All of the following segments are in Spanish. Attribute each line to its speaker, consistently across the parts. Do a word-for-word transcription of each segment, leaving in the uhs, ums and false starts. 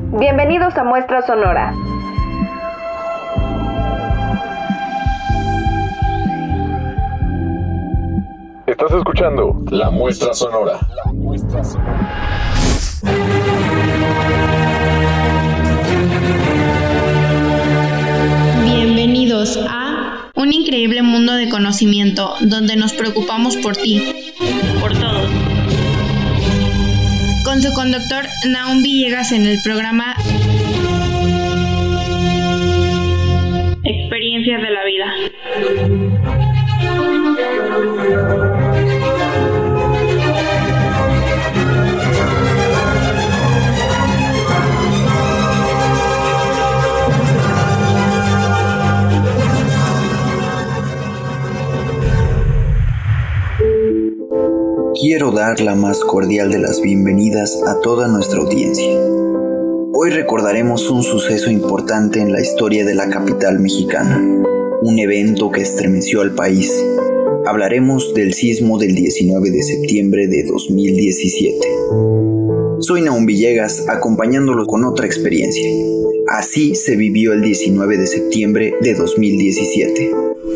Speaker 1: Bienvenidos a Muestra Sonora.
Speaker 2: Estás escuchando La Muestra Sonora. La Muestra Sonora.
Speaker 3: Bienvenidos a un increíble mundo de conocimiento donde nos preocupamos por ti, por todos. Con su conductor Nahum Villegas en el programa Experiencias de la Vida.
Speaker 4: Quiero dar la más cordial de las bienvenidas a toda nuestra audiencia. Hoy recordaremos un suceso importante en la historia de la capital mexicana, un evento que estremeció al país. Hablaremos del sismo del diecinueve de septiembre de dos mil diecisiete. Soy Nahum Villegas, acompañándolos con otra experiencia. Así se vivió el diecinueve de septiembre de dos mil diecisiete.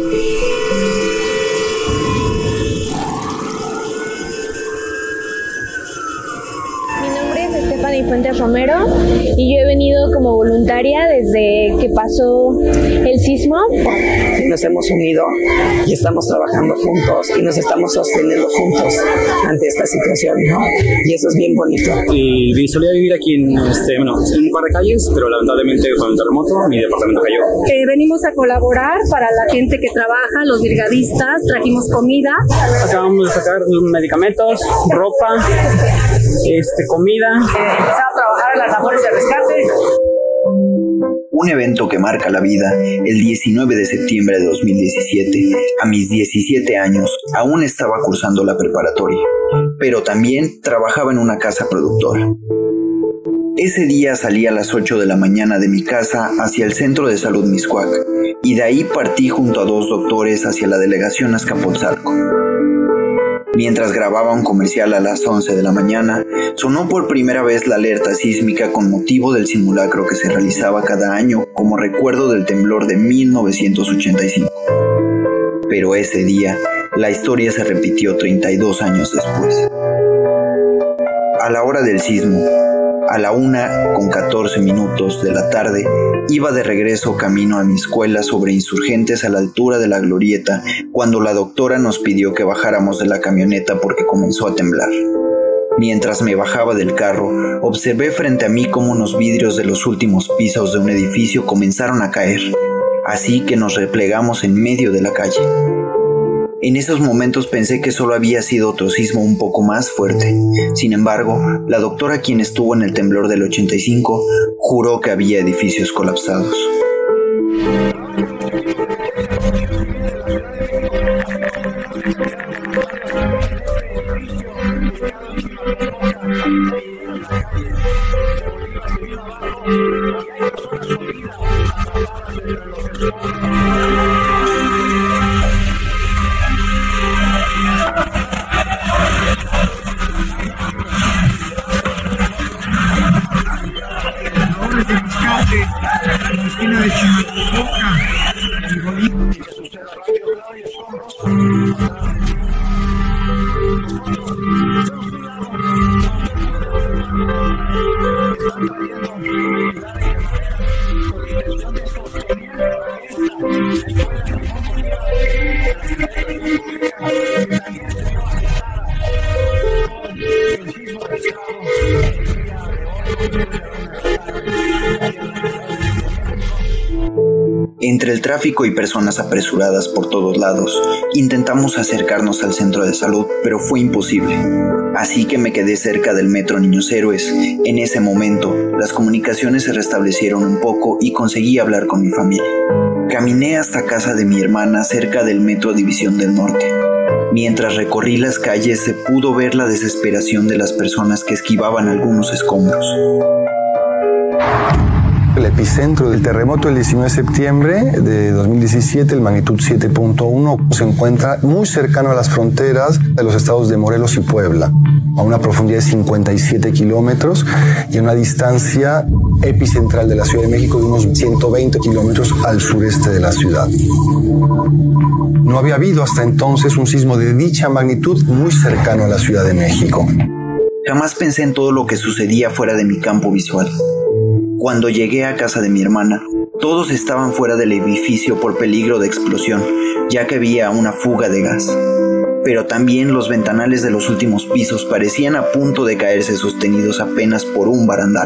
Speaker 5: Fuentes Romero, y yo he venido como voluntaria desde que pasó el sismo.
Speaker 6: Nos hemos unido y estamos trabajando juntos y nos estamos sosteniendo juntos ante esta situación, ¿no? Y eso es bien bonito.
Speaker 7: Y solía vivir aquí en, este, bueno, en un par de calles, pero lamentablemente con el terremoto mi departamento cayó.
Speaker 8: Eh, venimos a colaborar para la gente que trabaja, los brigadistas, trajimos comida.
Speaker 7: Acabamos de sacar medicamentos, ropa, este, comida.
Speaker 6: Empezar a trabajar en las labores de rescate.
Speaker 4: Un evento que marca la vida, el diecinueve de septiembre de dos mil diecisiete, a mis diecisiete años, aún estaba cursando la preparatoria, pero también trabajaba en una casa productora. Ese día salí a las ocho de la mañana de mi casa hacia el Centro de Salud Mixcoac, y de ahí partí junto a dos doctores hacia la delegación Azcapotzalco. Mientras grababa un comercial a las once de la mañana, sonó por primera vez la alerta sísmica con motivo del simulacro que se realizaba cada año como recuerdo del temblor de mil novecientos ochenta y cinco. Pero ese día, la historia se repitió treinta y dos años después. A la hora del sismo, a la una con catorce minutos de la tarde, iba de regreso camino a mi escuela sobre Insurgentes a la altura de la Glorieta cuando la doctora nos pidió que bajáramos de la camioneta porque comenzó a temblar. Mientras me bajaba del carro, observé frente a mí cómo unos vidrios de los últimos pisos de un edificio comenzaron a caer, así que nos replegamos en medio de la calle. En esos momentos pensé que solo había sido otro sismo un poco más fuerte. Sin embargo, la doctora, quien estuvo en el temblor del ochenta y cinco, juró que había edificios colapsados.
Speaker 9: En la esquina de Chimalpopoca, el Bolívar.
Speaker 4: Entre el tráfico y personas apresuradas por todos lados, intentamos acercarnos al centro de salud, pero fue imposible. Así que me quedé cerca del metro Niños Héroes. En ese momento, las comunicaciones se restablecieron un poco y conseguí hablar con mi familia. Caminé hasta casa de mi hermana cerca del metro División del Norte. Mientras recorrí las calles se pudo ver la desesperación de las personas que esquivaban algunos escombros.
Speaker 10: El epicentro del terremoto del diecinueve de septiembre de dos mil diecisiete, el magnitud siete punto uno, se encuentra muy cercano a las fronteras de los estados de Morelos y Puebla, a una profundidad de cincuenta y siete kilómetros y a una distancia epicentral de la Ciudad de México, de unos ciento veinte kilómetros al sureste de la ciudad. No había habido hasta entonces un sismo de dicha magnitud muy cercano a la Ciudad de México.
Speaker 4: Jamás pensé en todo lo que sucedía fuera de mi campo visual. Cuando llegué a casa de mi hermana, todos estaban fuera del edificio por peligro de explosión, ya que había una fuga de gas. Pero también los ventanales de los últimos pisos parecían a punto de caerse, sostenidos apenas por un barandal.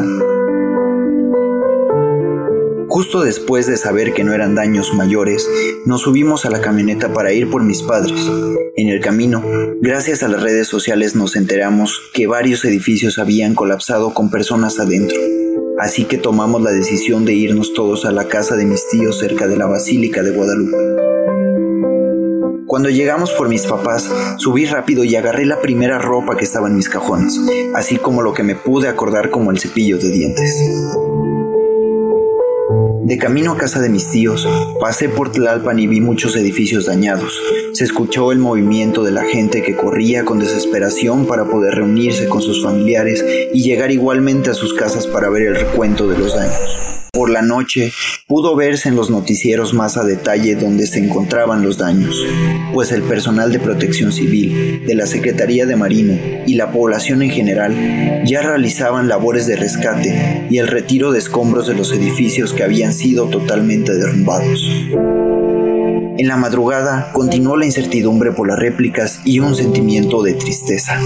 Speaker 4: Justo después de saber que no eran daños mayores, nos subimos a la camioneta para ir por mis padres. En el camino, gracias a las redes sociales nos enteramos que varios edificios habían colapsado con personas adentro. Así que tomamos la decisión de irnos todos a la casa de mis tíos cerca de la Basílica de Guadalupe. Cuando llegamos por mis papás, subí rápido y agarré la primera ropa que estaba en mis cajones, así como lo que me pude acordar como el cepillo de dientes. De camino a casa de mis tíos, pasé por Tlalpan y vi muchos edificios dañados. Se escuchó el movimiento de la gente que corría con desesperación para poder reunirse con sus familiares y llegar igualmente a sus casas para ver el recuento de los daños. Por la noche, pudo verse en los noticieros más a detalle dónde se encontraban los daños, pues el personal de Protección Civil, de la Secretaría de Marina y la población en general ya realizaban labores de rescate y el retiro de escombros de los edificios que habían sido totalmente derrumbados. En la madrugada continuó la incertidumbre por las réplicas y un sentimiento de tristeza.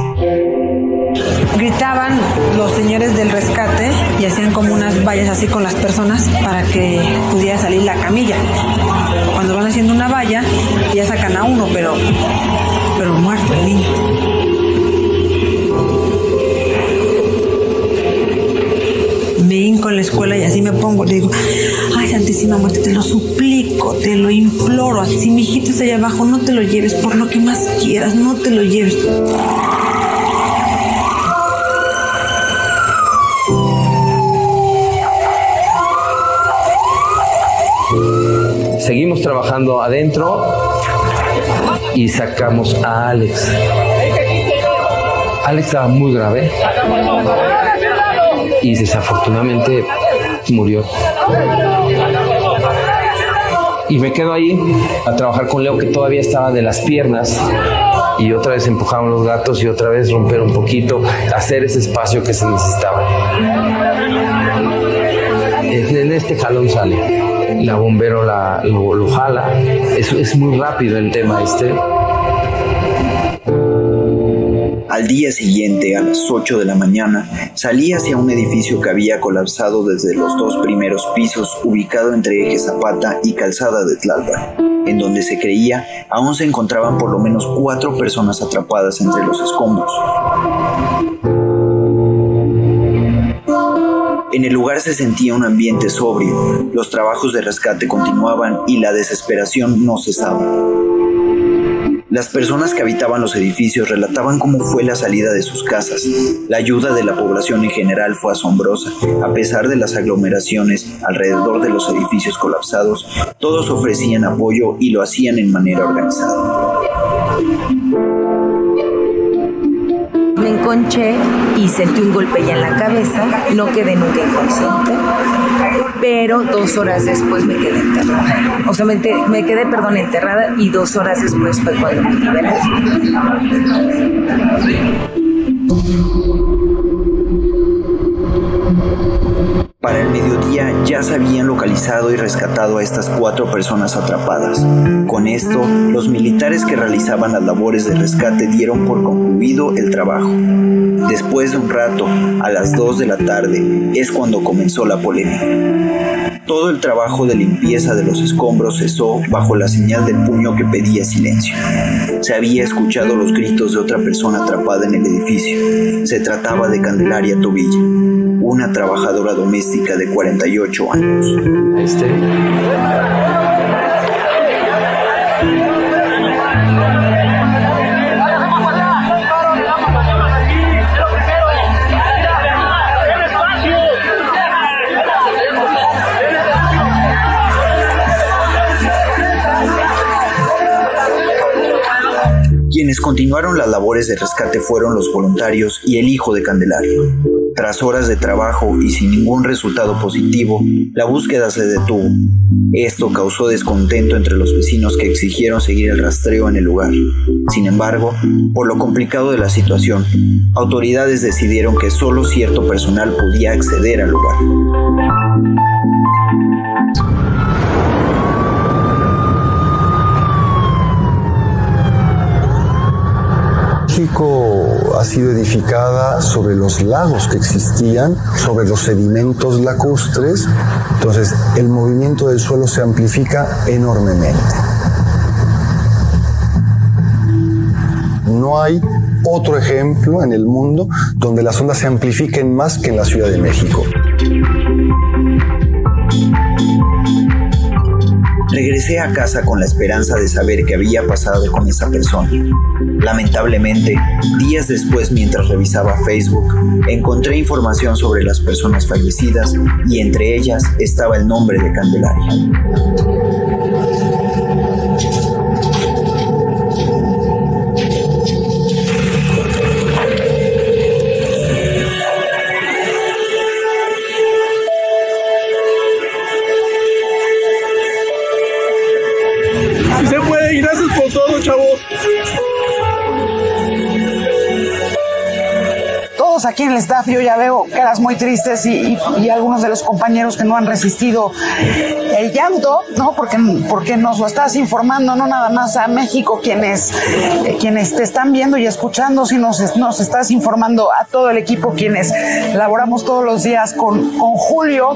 Speaker 11: Gritaban los señores del rescate y hacían como unas vallas así con las personas para que pudiera salir la camilla. Cuando van haciendo una valla, ya sacan a uno, pero, pero muerto el niño. Me hinco en la escuela y así me pongo, le digo, ay, Santísima Muerte, te lo suplico, te lo imploro, así mi hijito está allá abajo, no te lo lleves, por lo que más quieras, no te lo lleves.
Speaker 12: Seguimos trabajando adentro y sacamos a Alex. Alex estaba muy grave y desafortunadamente murió. Y me quedo ahí a trabajar con Leo, que todavía estaba de las piernas, y otra vez empujamos los gatos y otra vez romper un poquito, hacer ese espacio que se necesitaba. En este jalón sale. La bombero la, lo, lo jala. Es, es muy rápido el tema este.
Speaker 4: Al día siguiente, a las ocho de la mañana, salí hacia un edificio que había colapsado desde los dos primeros pisos, ubicado entre Eje Zapata y Calzada de Tlalpan, en donde se creía aún se encontraban por lo menos cuatro personas atrapadas entre los escombros. En el lugar se sentía un ambiente sobrio, los trabajos de rescate continuaban y la desesperación no cesaba. Las personas que habitaban los edificios relataban cómo fue la salida de sus casas. La ayuda de la población en general fue asombrosa. A pesar de las aglomeraciones alrededor de los edificios colapsados, todos ofrecían apoyo y lo hacían en manera organizada.
Speaker 13: Me enconché y sentí un golpe ya en la cabeza, no quedé nunca inconsciente, pero dos horas después me quedé enterrada. O sea, me, ente- me quedé, perdón, enterrada y dos horas después fue cuando me liberaron.
Speaker 4: Para el mediodía ya se habían localizado y rescatado a estas cuatro personas atrapadas. Con esto, los militares que realizaban las labores de rescate dieron por concluido el trabajo. Después de un rato, a las dos de la tarde, es cuando comenzó la polémica. Todo el trabajo de limpieza de los escombros cesó bajo la señal del puño que pedía silencio. Se había escuchado los gritos de otra persona atrapada en el edificio. Se trataba de Candelaria Tobilla, una trabajadora doméstica de cuarenta y ocho años.
Speaker 12: Este.
Speaker 4: Quienes continuaron las labores de rescate fueron los voluntarios y el hijo de Candelario. Tras horas de trabajo y sin ningún resultado positivo, la búsqueda se detuvo. Esto causó descontento entre los vecinos que exigieron seguir el rastreo en el lugar. Sin embargo, por lo complicado de la situación, autoridades decidieron que solo cierto personal podía acceder al lugar.
Speaker 10: México ha sido edificada sobre los lagos que existían, sobre los sedimentos lacustres, entonces el movimiento del suelo se amplifica enormemente. No hay otro ejemplo en el mundo donde las ondas se amplifiquen más que en la Ciudad de México.
Speaker 4: Regresé a casa con la esperanza de saber qué había pasado con esa persona. Lamentablemente, días después, mientras revisaba Facebook, encontré información sobre las personas fallecidas y entre ellas estaba el nombre de Candelaria.
Speaker 14: Todos aquí en el staff yo ya veo caras muy tristes y, y, y algunos de los compañeros que no han resistido el llanto, ¿no? Porque, porque nos lo estás informando, no nada más a México, quienes, eh, quienes te están viendo y escuchando, sino nos, nos estás informando a todo el equipo, quienes laboramos todos los días con, con Julio.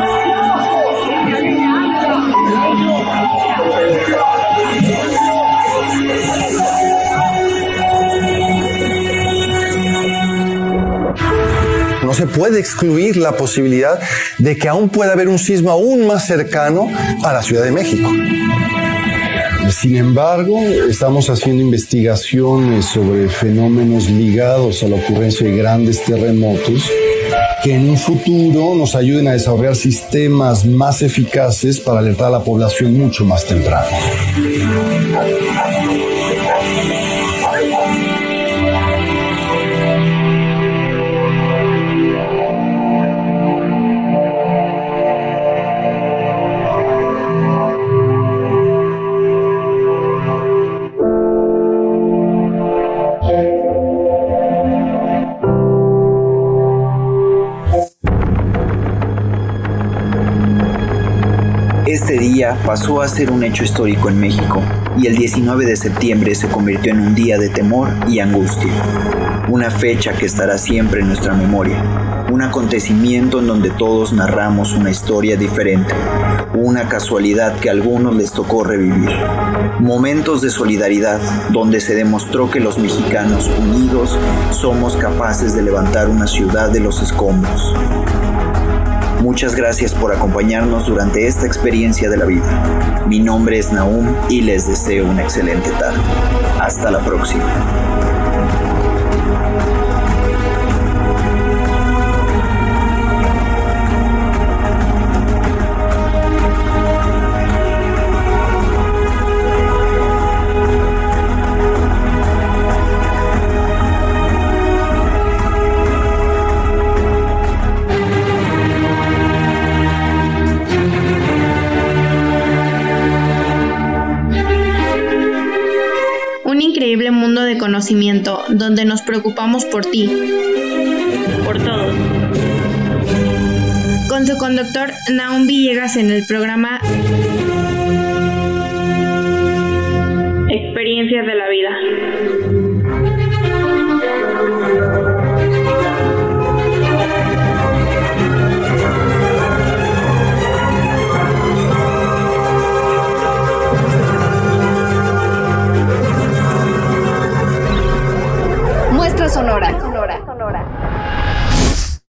Speaker 10: No se puede excluir la posibilidad de que aún pueda haber un sismo aún más cercano a la Ciudad de México. Sin embargo, estamos haciendo investigaciones sobre fenómenos ligados a la ocurrencia de grandes terremotos que en un futuro nos ayuden a desarrollar sistemas más eficaces para alertar a la población mucho más temprano.
Speaker 4: Este día pasó a ser un hecho histórico en México y el diecinueve de septiembre se convirtió en un día de temor y angustia. Una fecha que estará siempre en nuestra memoria. Un acontecimiento en donde todos narramos una historia diferente. Una casualidad que a algunos les tocó revivir. Momentos de solidaridad donde se demostró que los mexicanos unidos somos capaces de levantar una ciudad de los escombros. Muchas gracias por acompañarnos durante esta experiencia de la vida. Mi nombre es Nahum y les deseo una excelente tarde. Hasta la próxima.
Speaker 3: Increíble mundo de conocimiento donde nos preocupamos por ti, por todos. Con su conductor Nahum Villegas en el programa Experiencias de la Vida.